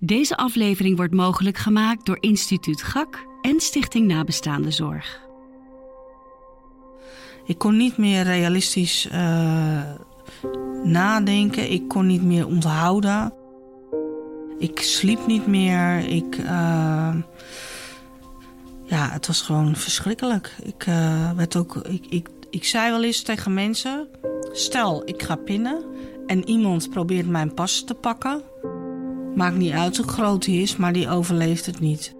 Deze aflevering wordt mogelijk gemaakt door Instituut GAK en Stichting Nabestaande Zorg. Ik kon niet meer realistisch nadenken. Ik kon niet meer onthouden. Ik sliep niet meer. Het was gewoon verschrikkelijk. Ik zei wel eens tegen mensen, stel ik ga pinnen en iemand probeert mijn pas te pakken. Maakt niet uit hoe groot hij is, maar die overleeft het niet.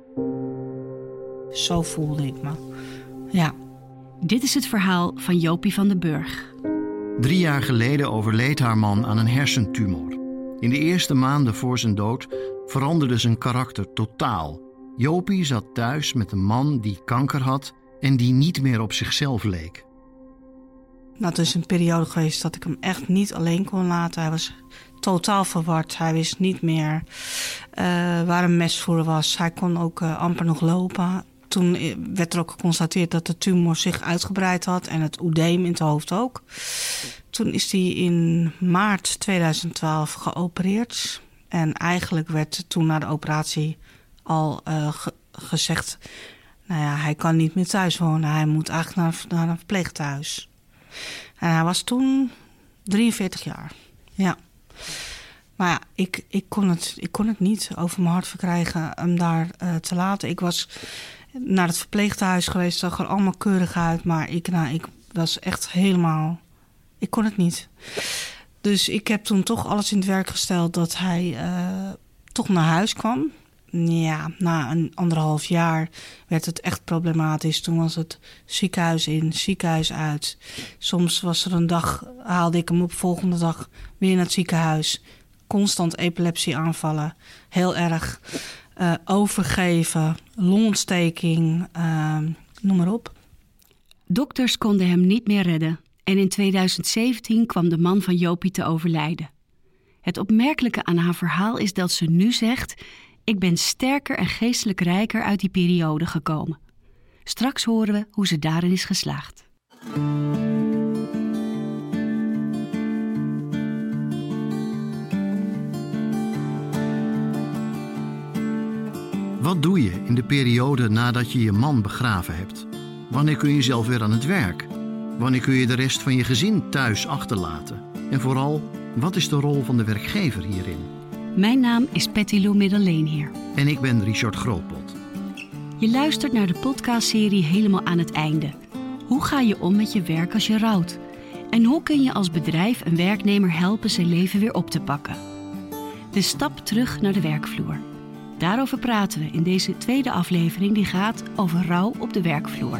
Zo voelde ik me. Ja. Dit is het verhaal van Jopie van den Burg. 3 jaar geleden overleed haar man aan een hersentumor. In de eerste maanden voor zijn dood veranderde zijn karakter totaal. Jopie zat thuis met een man die kanker had en die niet meer op zichzelf leek. Het is een periode geweest dat ik hem echt niet alleen kon laten. Hij was totaal verward. Hij wist niet meer waar een mesvoer was. Hij kon ook amper nog lopen. Toen werd er ook geconstateerd dat de tumor zich uitgebreid had en het oedeem in het hoofd ook. Toen is hij in maart 2012 geopereerd. En eigenlijk werd toen na de operatie al gezegd, hij kan niet meer thuis wonen. Hij moet eigenlijk naar een verpleeghuis. En hij was toen 43 jaar. Ja. Maar ja, ik kon het niet over mijn hart verkrijgen hem daar te laten. Ik was naar het verpleeghuis geweest, zag er allemaal keurig uit. Maar ik was echt helemaal... Ik kon het niet. Dus ik heb toen toch alles in het werk gesteld dat hij toch naar huis kwam. Ja, na 1,5 jaar werd het echt problematisch. Toen was het ziekenhuis in, ziekenhuis uit. Soms was er een dag, haalde ik hem op, volgende dag weer naar het ziekenhuis. Constant epilepsieaanvallen, heel erg. Overgeven, longontsteking, noem maar op. Dokters konden hem niet meer redden. En in 2017 kwam de man van Jopie te overlijden. Het opmerkelijke aan haar verhaal is dat ze nu zegt: ik ben sterker en geestelijk rijker uit die periode gekomen. Straks horen we hoe ze daarin is geslaagd. Wat doe je in de periode nadat je je man begraven hebt? Wanneer kun je zelf weer aan het werk? Wanneer kun je de rest van je gezin thuis achterlaten? En vooral, wat is de rol van de werkgever hierin? Mijn naam is Patty Lou Middeleenheer. En ik ben Richard Grootpot. Je luistert naar de podcastserie Helemaal aan het einde. Hoe ga je om met je werk als je rouwt? En hoe kun je als bedrijf een werknemer helpen zijn leven weer op te pakken? De stap terug naar de werkvloer. Daarover praten we in deze tweede aflevering die gaat over rouw op de werkvloer.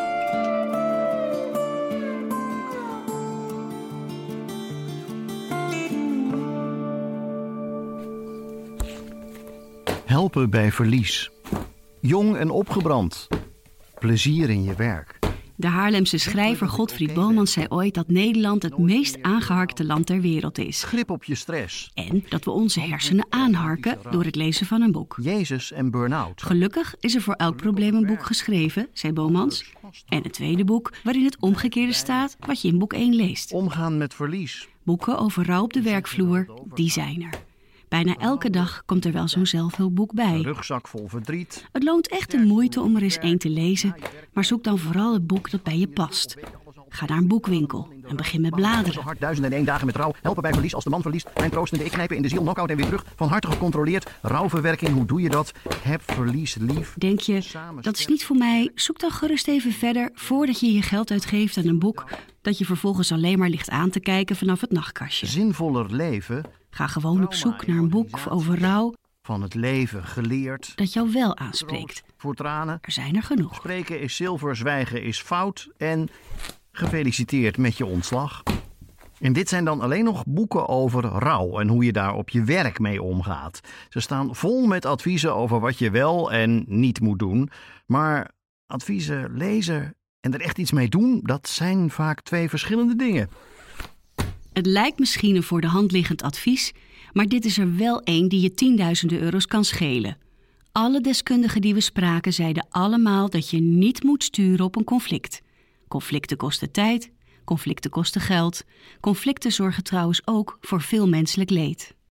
Helpen bij verlies. Jong en opgebrand. Plezier in je werk. De Haarlemse schrijver Godfried Bomans zei ooit dat Nederland het meest aangeharkte land ter wereld is. Grip op je stress. En dat we onze hersenen aanharken door het lezen van een boek. Jezus en burn-out. Gelukkig is er voor elk probleem een boek geschreven, zei Bomans. En een tweede boek waarin het omgekeerde staat wat je in boek 1 leest. Omgaan met verlies. Boeken over rouw op de werkvloer, die zijn er. Bijna elke dag komt er wel zo'n zelfhulpboek bij. Een rugzak vol verdriet. Het loont echt de moeite om er eens 1 te lezen, maar zoek dan vooral het boek dat bij je past. Ga naar een boekwinkel en begin met bladeren. 1001 dagen met rouw. Helpen bij verlies als de man verliest. Mijn troostende ik knijpen in de ziel. Knock-out en weer terug. Van harte gecontroleerd. Rouwverwerking, hoe doe je dat? Heb verlies lief. Denk je, dat is niet voor mij? Zoek dan gerust even verder voordat je je geld uitgeeft aan een boek dat je vervolgens alleen maar ligt aan te kijken vanaf het nachtkastje. Zinvoller leven. Ga gewoon op zoek naar een boek over rouw. Van het leven geleerd. Dat jou wel aanspreekt. Voor tranen. Er zijn er genoeg. Spreken is zilver, zwijgen is fout. En gefeliciteerd met je ontslag. En dit zijn dan alleen nog boeken over rouw en hoe je daar op je werk mee omgaat. Ze staan vol met adviezen over wat je wel en niet moet doen. Maar adviezen lezen en er echt iets mee doen, dat zijn vaak 2 verschillende dingen. Het lijkt misschien een voor de hand liggend advies, maar dit is er wel één die je tienduizenden euro's kan schelen. Alle deskundigen die we spraken zeiden allemaal dat je niet moet sturen op een conflict. Conflicten kosten tijd, conflicten kosten geld. Conflicten zorgen trouwens ook voor veel menselijk leed.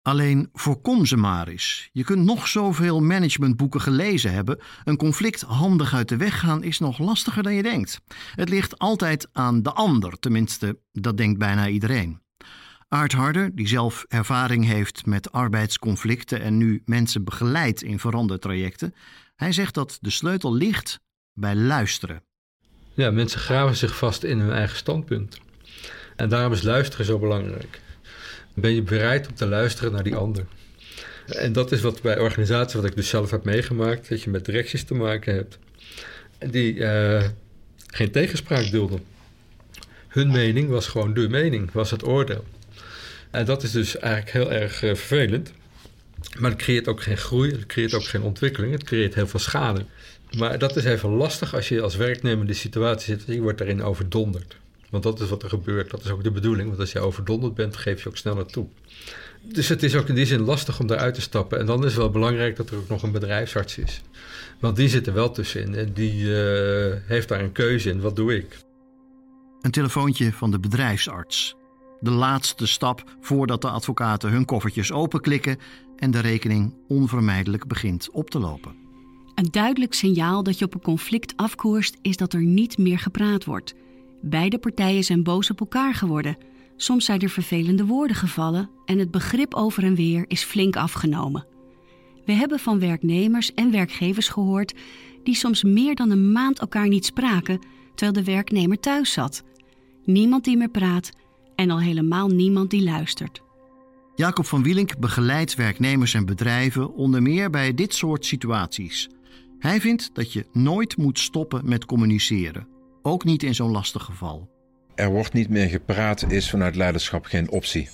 Alleen voorkom ze maar eens. Je kunt nog zoveel managementboeken gelezen hebben. Een conflict handig uit de weg gaan is nog lastiger dan je denkt. Het ligt altijd aan de ander, tenminste, dat denkt bijna iedereen. Aart Harder, die zelf ervaring heeft met arbeidsconflicten en nu mensen begeleidt in verandertrajecten, hij zegt dat de sleutel ligt bij luisteren. Ja, mensen graven zich vast in hun eigen standpunt. En daarom is luisteren zo belangrijk. Ben je bereid om te luisteren naar die ander? En dat is wat bij organisaties, wat ik dus zelf heb meegemaakt, dat je met directies te maken hebt die geen tegenspraak dulden. Hun mening was gewoon de mening, was het oordeel. En dat is dus eigenlijk heel erg vervelend. Maar het creëert ook geen groei, het creëert ook geen ontwikkeling, het creëert heel veel schade. Maar dat is even lastig als je als werknemer in die situatie zit, je wordt daarin overdonderd. Want dat is wat er gebeurt, dat is ook de bedoeling. Want als je overdonderd bent, geef je ook sneller toe. Dus het is ook in die zin lastig om daaruit te stappen. En dan is het wel belangrijk dat er ook nog een bedrijfsarts is. Want die zit er wel tussenin en die heeft daar een keuze in. Wat doe ik? Een telefoontje van de bedrijfsarts. De laatste stap voordat de advocaten hun koffertjes openklikken en de rekening onvermijdelijk begint op te lopen. Een duidelijk signaal dat je op een conflict afkoerst is dat er niet meer gepraat wordt. Beide partijen zijn boos op elkaar geworden. Soms zijn er vervelende woorden gevallen en het begrip over en weer is flink afgenomen. We hebben van werknemers en werkgevers gehoord die soms meer dan een maand elkaar niet spraken terwijl de werknemer thuis zat. Niemand die meer praat en al helemaal niemand die luistert. Jacob van Wielink begeleidt werknemers en bedrijven onder meer bij dit soort situaties. Hij vindt dat je nooit moet stoppen met communiceren. Ook niet in zo'n lastig geval. Er wordt niet meer gepraat is vanuit leiderschap geen optie.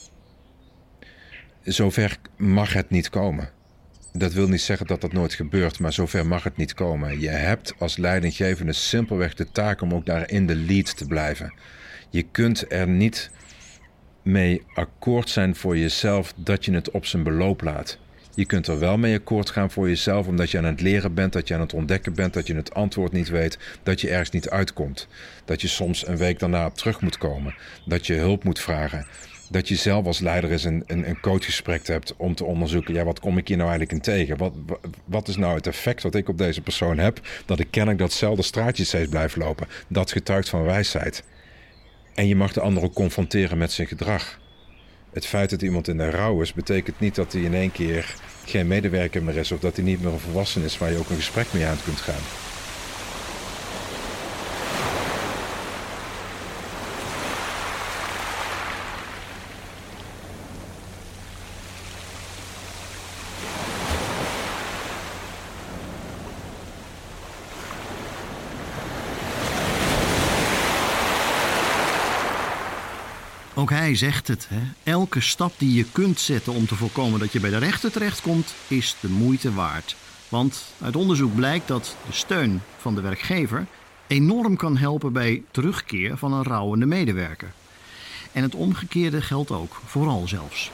Zover mag het niet komen. Dat wil niet zeggen dat dat nooit gebeurt, maar zover mag het niet komen. Je hebt als leidinggevende simpelweg de taak om ook daar in de lead te blijven. Je kunt er niet mee akkoord zijn voor jezelf dat je het op zijn beloop laat. Je kunt er wel mee akkoord gaan voor jezelf omdat je aan het leren bent, dat je aan het ontdekken bent, dat je het antwoord niet weet, dat je ergens niet uitkomt. Dat je soms een week daarna op terug moet komen, dat je hulp moet vragen. Dat je zelf als leider eens een coachgesprek hebt om te onderzoeken, ja, wat kom ik hier nou eigenlijk in tegen? Wat is nou het effect wat ik op deze persoon heb, dat ik kennelijk datzelfde straatje steeds blijf lopen? Dat getuigt van wijsheid. En je mag de ander ook confronteren met zijn gedrag. Het feit dat iemand in de rouw is, betekent niet dat hij in één keer geen medewerker meer is of dat hij niet meer een volwassene is waar je ook een gesprek mee aan kunt gaan. Ook hij zegt het, hè? Elke stap die je kunt zetten om te voorkomen dat je bij de rechter terechtkomt, is de moeite waard. Want uit onderzoek blijkt dat de steun van de werkgever enorm kan helpen bij terugkeer van een rouwende medewerker. En het omgekeerde geldt ook, vooral zelfs.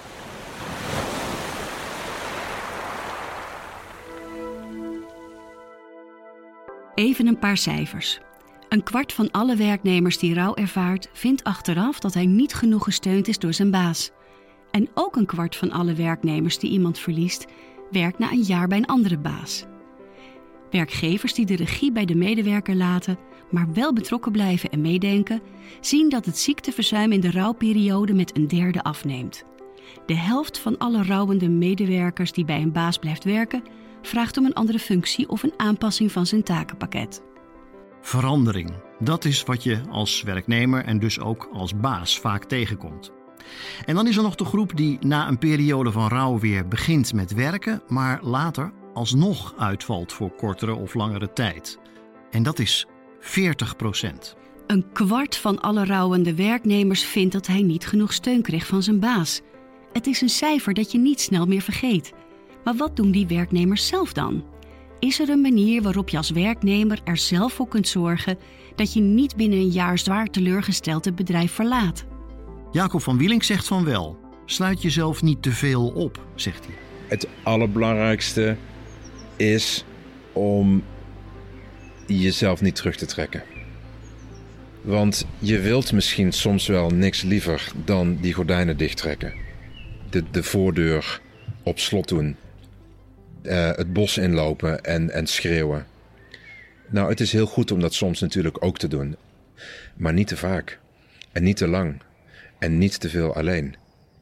Even een paar cijfers. 1/4 van alle werknemers die rouw ervaart, vindt achteraf dat hij niet genoeg gesteund is door zijn baas. En ook 1/4 van alle werknemers die iemand verliest, werkt na een jaar bij een andere baas. Werkgevers die de regie bij de medewerker laten, maar wel betrokken blijven en meedenken, zien dat het ziekteverzuim in de rouwperiode met 1/3 afneemt. De helft van alle rouwende medewerkers die bij een baas blijft werken, vraagt om een andere functie of een aanpassing van zijn takenpakket. Verandering, dat is wat je als werknemer en dus ook als baas vaak tegenkomt. En dan is er nog de groep die na een periode van rouw weer begint met werken, maar later alsnog uitvalt voor kortere of langere tijd. En dat is 40%. 1/4 van alle rouwende werknemers vindt dat hij niet genoeg steun kreeg van zijn baas. Het is een cijfer dat je niet snel meer vergeet. Maar wat doen die werknemers zelf dan? Is er een manier waarop je als werknemer er zelf voor kunt zorgen dat je niet binnen een jaar zwaar teleurgesteld het bedrijf verlaat? Jacob van Wielink zegt van wel. Sluit jezelf niet te veel op, zegt hij. Het allerbelangrijkste is om jezelf niet terug te trekken. Want je wilt misschien soms wel niks liever dan die gordijnen dichttrekken. De voordeur op slot doen. Het bos inlopen en schreeuwen. Nou, het is heel goed om dat soms natuurlijk ook te doen. Maar niet te vaak. En niet te lang. En niet te veel alleen.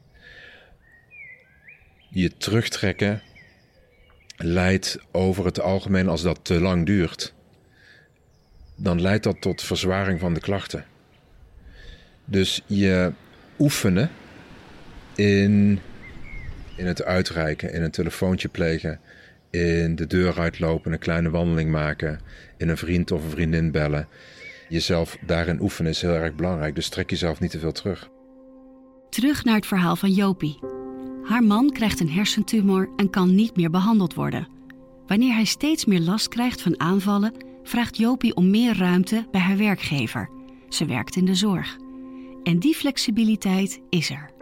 Je terugtrekken leidt over het algemeen, als dat te lang duurt, dan leidt dat tot verzwaring van de klachten. Dus je oefenen in het uitreiken, in een telefoontje plegen, in de deur uitlopen, een kleine wandeling maken, in een vriend of een vriendin bellen. Jezelf daarin oefenen is heel erg belangrijk, dus trek jezelf niet te veel terug. Terug naar het verhaal van Jopie. Haar man krijgt een hersentumor en kan niet meer behandeld worden. Wanneer hij steeds meer last krijgt van aanvallen, vraagt Jopie om meer ruimte bij haar werkgever. Ze werkt in de zorg. En die flexibiliteit is er.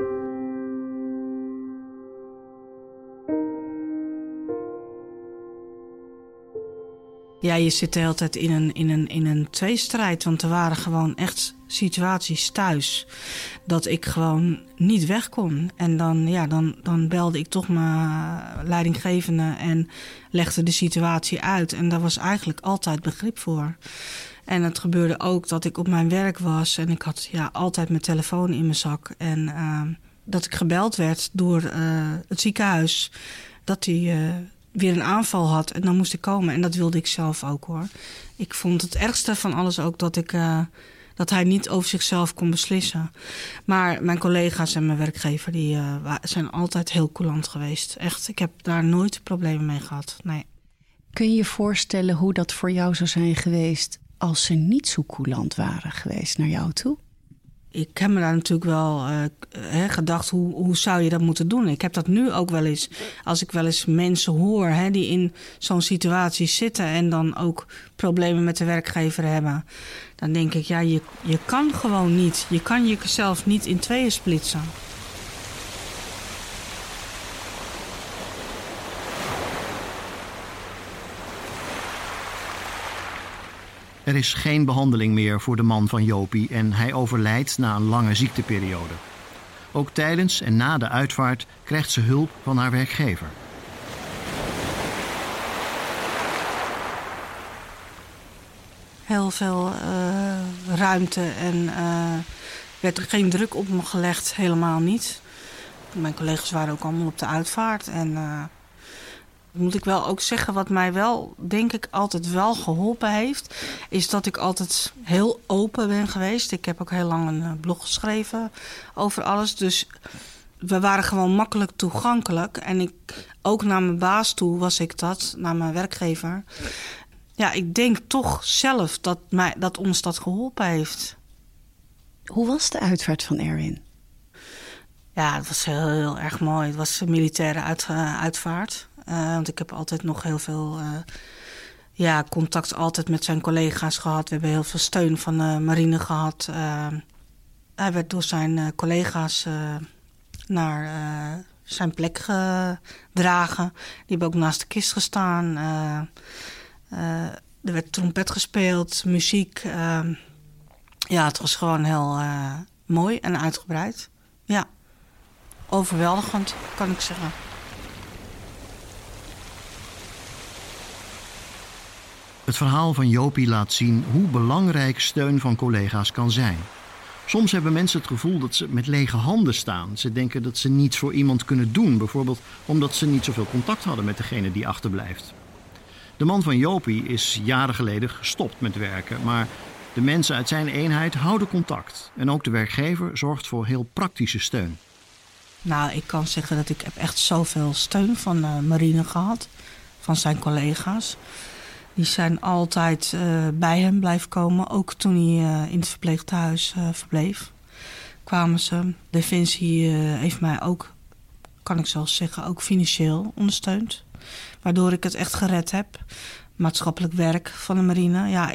Ja, je zit de hele tijd in een tweestrijd. Want er waren gewoon echt situaties thuis dat ik gewoon niet weg kon. En dan belde ik toch mijn leidinggevende en legde de situatie uit. En daar was eigenlijk altijd begrip voor. En het gebeurde ook dat ik op mijn werk was en ik had altijd mijn telefoon in mijn zak. En dat ik gebeld werd door het ziekenhuis dat hij weer een aanval had en dan moest ik komen. En dat wilde ik zelf ook, hoor. Ik vond het ergste van alles ook dat hij niet over zichzelf kon beslissen. Maar mijn collega's en mijn werkgever die zijn altijd heel coulant geweest. Echt, ik heb daar nooit problemen mee gehad. Nee. Kun je je voorstellen hoe dat voor jou zou zijn geweest als ze niet zo coulant waren geweest naar jou toe? Ik heb me daar natuurlijk wel gedacht, hoe zou je dat moeten doen? Ik heb dat nu ook wel eens, als ik wel eens mensen hoor die in zo'n situatie zitten en dan ook problemen met de werkgever hebben. Dan denk ik, je kan gewoon niet. Je kan jezelf niet in tweeën splitsen. Er is geen behandeling meer voor de man van Jopie en hij overlijdt na een lange ziekteperiode. Ook tijdens en na de uitvaart krijgt ze hulp van haar werkgever. Heel veel ruimte en werd er geen druk op me gelegd, helemaal niet. Mijn collega's waren ook allemaal op de uitvaart en moet ik wel ook zeggen, wat mij wel, denk ik, altijd wel geholpen heeft, is dat ik altijd heel open ben geweest. Ik heb ook heel lang een blog geschreven over alles. Dus we waren gewoon makkelijk toegankelijk. En ik, ook naar mijn baas toe was ik dat, naar mijn werkgever. Ja, ik denk toch zelf dat ons dat geholpen heeft. Hoe was de uitvaart van Erwin? Ja, het was heel, heel erg mooi. Het was een militaire uitvaart. Want ik heb altijd nog heel veel contact altijd met zijn collega's gehad. We hebben heel veel steun van de marine gehad. Hij werd door zijn collega's naar zijn plek gedragen. Die hebben ook naast de kist gestaan. Er werd trompet gespeeld, muziek. Het was gewoon heel mooi en uitgebreid. Ja, overweldigend, kan ik zeggen. Het verhaal van Jopie laat zien hoe belangrijk steun van collega's kan zijn. Soms hebben mensen het gevoel dat ze met lege handen staan. Ze denken dat ze niets voor iemand kunnen doen, bijvoorbeeld omdat ze niet zoveel contact hadden met degene die achterblijft. De man van Jopie is jaren geleden gestopt met werken, maar de mensen uit zijn eenheid houden contact. En ook de werkgever zorgt voor heel praktische steun. Nou, ik kan zeggen dat ik heb echt zoveel steun van de marine gehad, van zijn collega's. Die zijn altijd bij hem blijven komen. Ook toen hij in het verpleeghuis verbleef, kwamen ze. Defensie heeft mij ook, kan ik zelfs zeggen, ook financieel ondersteund. Waardoor ik het echt gered heb. Maatschappelijk werk van de marine. Ja,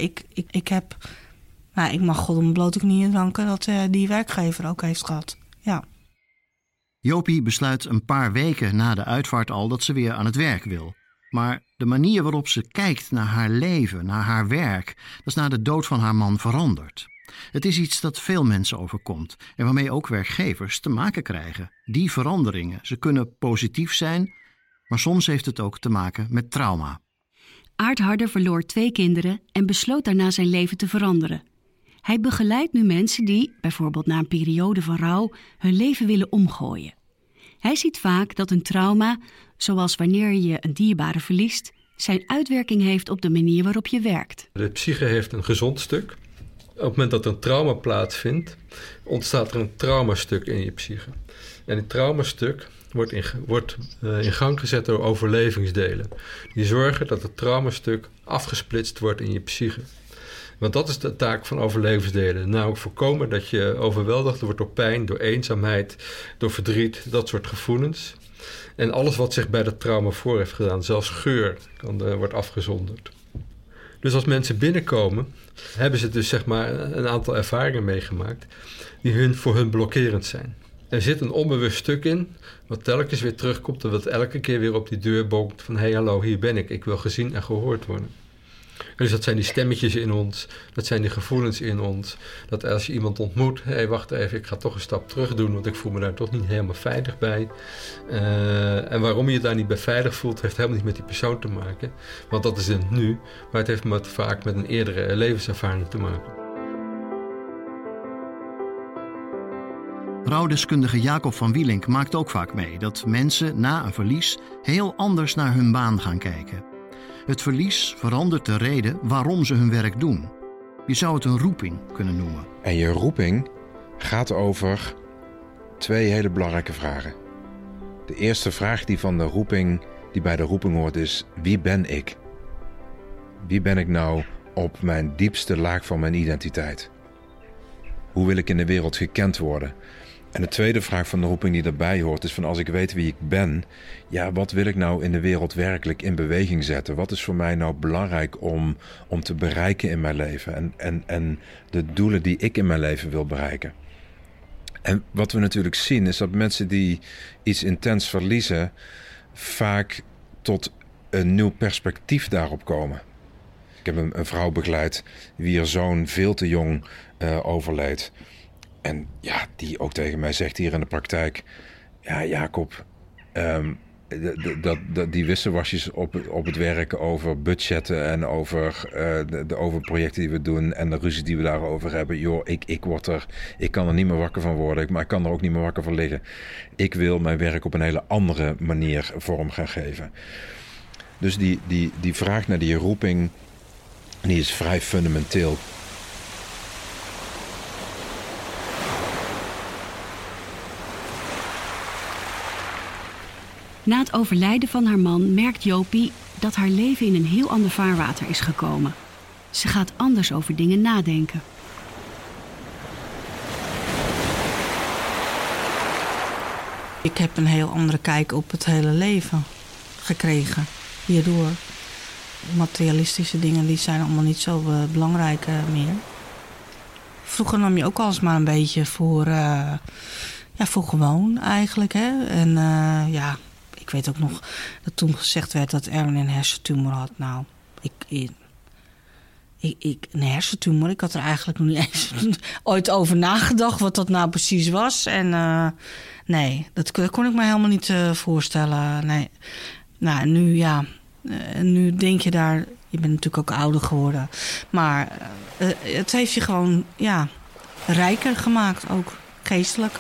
ik mag God om blote knieën danken dat die werkgever ook heeft gehad. Ja. Jopie besluit een paar weken na de uitvaart al dat ze weer aan het werk wil. Maar de manier waarop ze kijkt naar haar leven, naar haar werk, dat is na de dood van haar man veranderd. Het is iets dat veel mensen overkomt en waarmee ook werkgevers te maken krijgen. Die veranderingen, ze kunnen positief zijn, maar soms heeft het ook te maken met trauma. Aart Harder verloor 2 kinderen en besloot daarna zijn leven te veranderen. Hij begeleidt nu mensen die, bijvoorbeeld na een periode van rouw, hun leven willen omgooien. Hij ziet vaak dat een trauma, zoals wanneer je een dierbare verliest, zijn uitwerking heeft op de manier waarop je werkt. De psyche heeft een gezond stuk. Op het moment dat er een trauma plaatsvindt, ontstaat er een traumastuk in je psyche. En die traumastuk wordt in gang gezet door overlevingsdelen. Die zorgen dat het traumastuk afgesplitst wordt in je psyche. Want dat is de taak van overlevingsdelen. Namelijk voorkomen dat je overweldigd wordt door pijn, door eenzaamheid, door verdriet, dat soort gevoelens. En alles wat zich bij dat trauma voor heeft gedaan, zelfs geur, wordt afgezonderd. Dus als mensen binnenkomen, hebben ze dus zeg maar een aantal ervaringen meegemaakt die voor hun blokkerend zijn. Er zit een onbewust stuk in, wat telkens weer terugkomt en wat elke keer weer op die deur bonkt van hey, hallo, hier ben ik wil gezien en gehoord worden. Dus dat zijn die stemmetjes in ons, dat zijn die gevoelens in ons. Dat als je iemand ontmoet, hé, wacht even, ik ga toch een stap terug doen, want ik voel me daar toch niet helemaal veilig bij. En waarom je daar niet bij veilig voelt, heeft helemaal niet met die persoon te maken. Want dat is het nu, maar het heeft vaak met een eerdere levenservaring te maken. Rouwdeskundige Jacob van Wielink maakt ook vaak mee dat mensen na een verlies heel anders naar hun baan gaan kijken. Het verlies verandert de reden waarom ze hun werk doen. Je zou het een roeping kunnen noemen. En je roeping gaat over 2 hele belangrijke vragen. De eerste vraag die bij de roeping hoort is: wie ben ik? Wie ben ik nou op mijn diepste laag van mijn identiteit? Hoe wil ik in de wereld gekend worden? En de tweede vraag van de roeping die daarbij hoort is van als ik weet wie ik ben, ja, wat wil ik nou in de wereld werkelijk in beweging zetten? Wat is voor mij nou belangrijk om te bereiken in mijn leven? En de doelen die ik in mijn leven wil bereiken. En wat we natuurlijk zien is dat mensen die iets intens verliezen vaak tot een nieuw perspectief daarop komen. Ik heb een vrouw begeleid wie haar zoon veel te jong overleed. En ja, die ook tegen mij zegt hier in de praktijk: ja, Jacob, die wisselwasjes op het werk over budgetten en over de overprojecten die we doen en de ruzie die we daarover hebben. Joh, ik kan er niet meer wakker van worden, maar ik kan er ook niet meer wakker van liggen. Ik wil mijn werk op een hele andere manier vorm gaan geven. Dus die vraag naar die roeping, die is vrij fundamenteel. Na het overlijden van haar man merkt Jopie dat haar leven in een heel ander vaarwater is gekomen. Ze gaat anders over dingen nadenken. Ik heb een heel andere kijk op het hele leven gekregen hierdoor. Materialistische dingen die zijn allemaal niet zo belangrijk meer. Vroeger nam je ook alsmaar een beetje voor gewoon eigenlijk. Hè? En ik weet ook nog dat toen gezegd werd dat Erwin een hersentumor had. Nou, een hersentumor, ik had er eigenlijk nog niet eens ooit over nagedacht wat dat nou precies was. En nee, dat kon ik me helemaal niet voorstellen. Nee. Nou, nu denk je daar, je bent natuurlijk ook ouder geworden. Maar het heeft je gewoon, rijker gemaakt, ook geestelijk.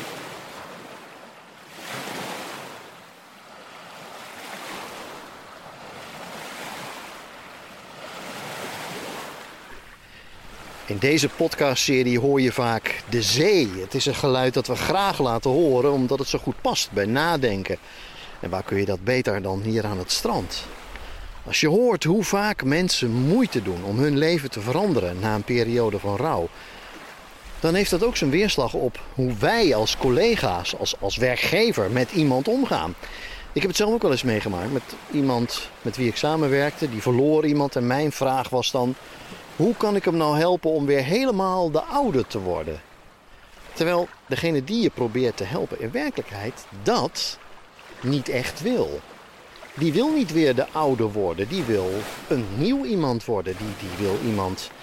In deze podcastserie hoor je vaak de zee. Het is een geluid dat we graag laten horen omdat het zo goed past bij nadenken. En waar kun je dat beter dan hier aan het strand? Als je hoort hoe vaak mensen moeite doen om hun leven te veranderen na een periode van rouw, dan heeft dat ook zijn weerslag op hoe wij als collega's, als werkgever met iemand omgaan. Ik heb het zelf ook wel eens meegemaakt met iemand met wie ik samenwerkte. Die verloor iemand en mijn vraag was dan: hoe kan ik hem nou helpen om weer helemaal de oude te worden? Terwijl degene die je probeert te helpen in werkelijkheid dat niet echt wil. Die wil niet weer de oude worden. Die wil een nieuw iemand worden. Die wil iemand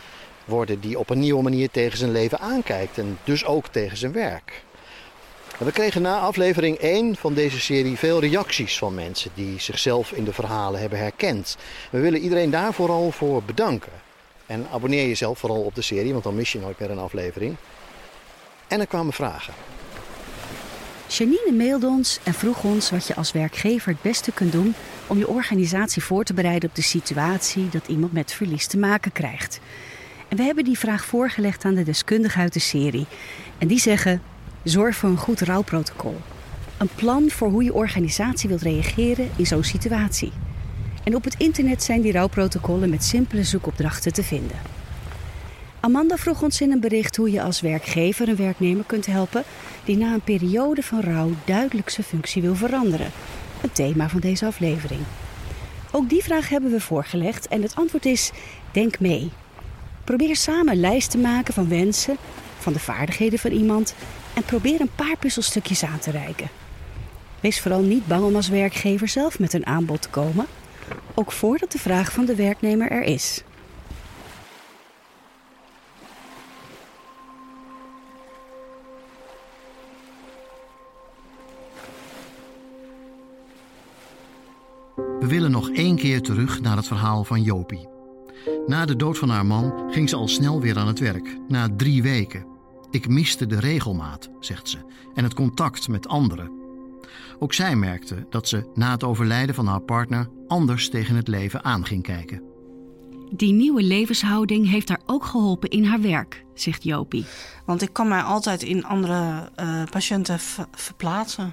worden die op een nieuwe manier tegen zijn leven aankijkt. En dus ook tegen zijn werk. En we kregen na aflevering 1 van deze serie veel reacties van mensen die zichzelf in de verhalen hebben herkend. We willen iedereen daar vooral voor bedanken. En abonneer jezelf vooral op de serie, want dan mis je nooit meer een aflevering. En er kwamen vragen. Janine mailde ons en vroeg ons wat je als werkgever het beste kunt doen om je organisatie voor te bereiden op de situatie dat iemand met verlies te maken krijgt. En we hebben die vraag voorgelegd aan de deskundigen uit de serie. En die zeggen: zorg voor een goed rouwprotocol. Een plan voor hoe je organisatie wilt reageren in zo'n situatie. En op het internet zijn die rouwprotocollen met simpele zoekopdrachten te vinden. Amanda vroeg ons in een bericht hoe je als werkgever een werknemer kunt helpen die na een periode van rouw duidelijk zijn functie wil veranderen. Een thema van deze aflevering. Ook die vraag hebben we voorgelegd en het antwoord is: denk mee. Probeer samen een lijst te maken van wensen, van de vaardigheden van iemand en probeer een paar puzzelstukjes aan te reiken. Wees vooral niet bang om als werkgever zelf met een aanbod te komen, ook voordat de vraag van de werknemer er is. We willen nog 1 keer terug naar het verhaal van Jopie. Na de dood van haar man ging ze al snel weer aan het werk, na 3 weken. Ik miste de regelmaat, zegt ze, en het contact met anderen. Ook zij merkte dat ze na het overlijden van haar partner anders tegen het leven aan ging kijken. Die nieuwe levenshouding heeft haar ook geholpen in haar werk, zegt Jopie. Want ik kan mij altijd in andere patiënten verplaatsen.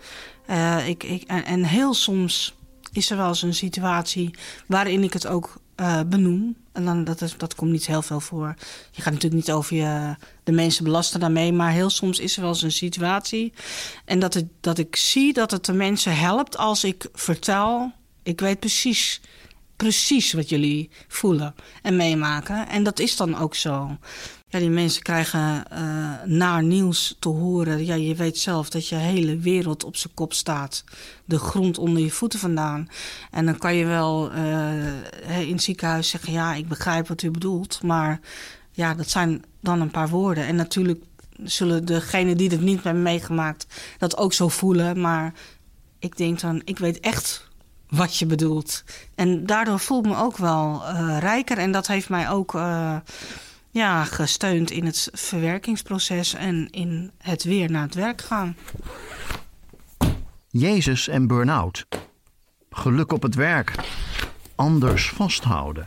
En heel soms is er wel eens een situatie waarin ik het ook benoem. En dan, dat komt niet heel veel voor. Je gaat natuurlijk niet over de mensen belasten daarmee. Maar heel soms is er wel eens een situatie. En dat ik zie dat het de mensen helpt als ik vertel. Ik weet precies wat jullie voelen en meemaken. En dat is dan ook zo. Ja, die mensen krijgen naar nieuws te horen. Ja, je weet zelf dat je hele wereld op zijn kop staat. De grond onder je voeten vandaan. En dan kan je wel in het ziekenhuis zeggen: ja, ik begrijp wat u bedoelt. Maar ja, dat zijn dan een paar woorden. En natuurlijk zullen degenen die het niet hebben meegemaakt dat ook zo voelen. Maar ik denk dan, ik weet echt wat je bedoelt. En daardoor voel ik me ook wel rijker. En dat heeft mij ook gesteund in het verwerkingsproces en in het weer naar het werk gaan. Jezus en burn-out. Geluk op het werk. Anders vasthouden.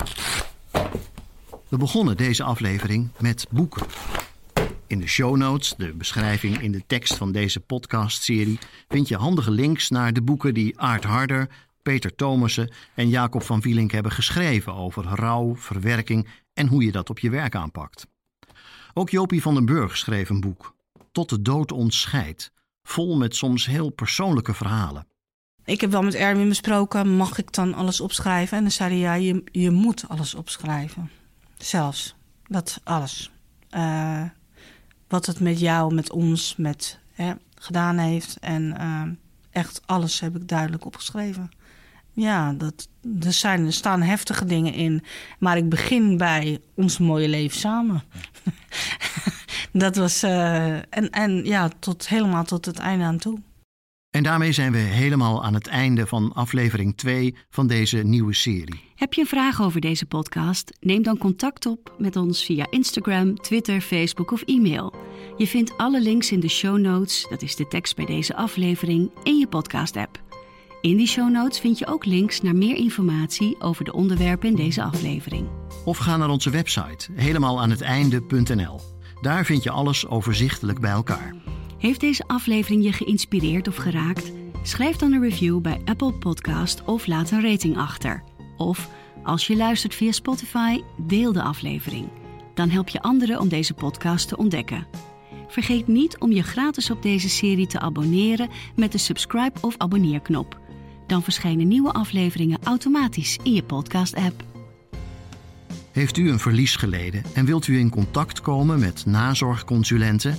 We begonnen deze aflevering met boeken. In de show notes, de beschrijving in de tekst van deze podcastserie, vind je handige links naar de boeken die Aart Harder, Peter Thomassen en Jacob van Vielink hebben geschreven over rouw, verwerking en hoe je dat op je werk aanpakt. Ook Jopie van den Burg schreef een boek, Tot de dood ons scheidt, vol met soms heel persoonlijke verhalen. Ik heb wel met Erwin besproken, mag ik dan alles opschrijven? En dan zei hij, ja, je moet alles opschrijven. Zelfs, dat alles. Wat het met jou, met ons, gedaan heeft. En echt alles heb ik duidelijk opgeschreven. Ja, er staan heftige dingen in. Maar ik begin bij ons mooie leven samen. Dat was helemaal tot het einde aan toe. En daarmee zijn we helemaal aan het einde van aflevering 2 van deze nieuwe serie. Heb je een vraag over deze podcast? Neem dan contact op met ons via Instagram, Twitter, Facebook of e-mail. Je vindt alle links in de show notes, dat is de tekst bij deze aflevering, in je podcast-app. In die show notes vind je ook links naar meer informatie over de onderwerpen in deze aflevering. Of ga naar onze website, helemaal-aan-het-einde.nl. Daar vind je alles overzichtelijk bij elkaar. Heeft deze aflevering je geïnspireerd of geraakt? Schrijf dan een review bij Apple Podcast of laat een rating achter. Of, als je luistert via Spotify, deel de aflevering. Dan help je anderen om deze podcast te ontdekken. Vergeet niet om je gratis op deze serie te abonneren met de subscribe of abonneerknop. Dan verschijnen nieuwe afleveringen automatisch in je podcast-app. Heeft u een verlies geleden en wilt u in contact komen met nazorgconsulenten,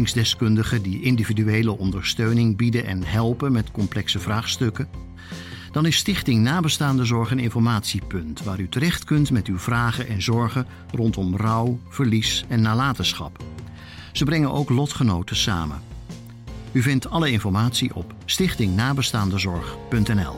ervaringsdeskundigen die individuele ondersteuning bieden en helpen met complexe vraagstukken? Dan is Stichting Nabestaande Zorg een informatiepunt waar u terecht kunt met uw vragen en zorgen rondom rouw, verlies en nalatenschap. Ze brengen ook lotgenoten samen. U vindt alle informatie op stichtingnabestaandezorg.nl.